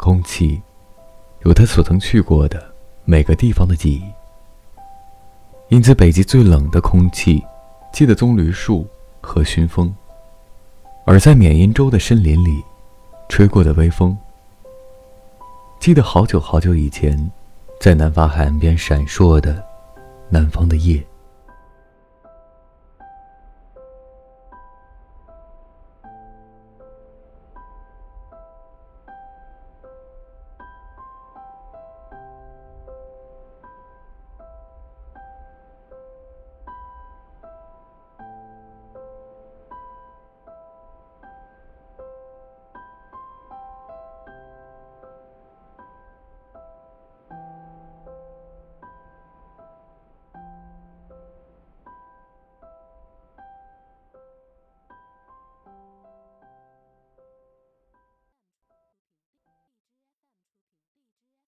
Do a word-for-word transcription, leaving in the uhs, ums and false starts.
空气，有他所曾去过的每个地方的记忆。因此北极最冷的空气记得棕榈树和熏风，而在缅因州的森林里吹过的微风，记得好久好久以前在南法海岸边闪烁的南方的夜。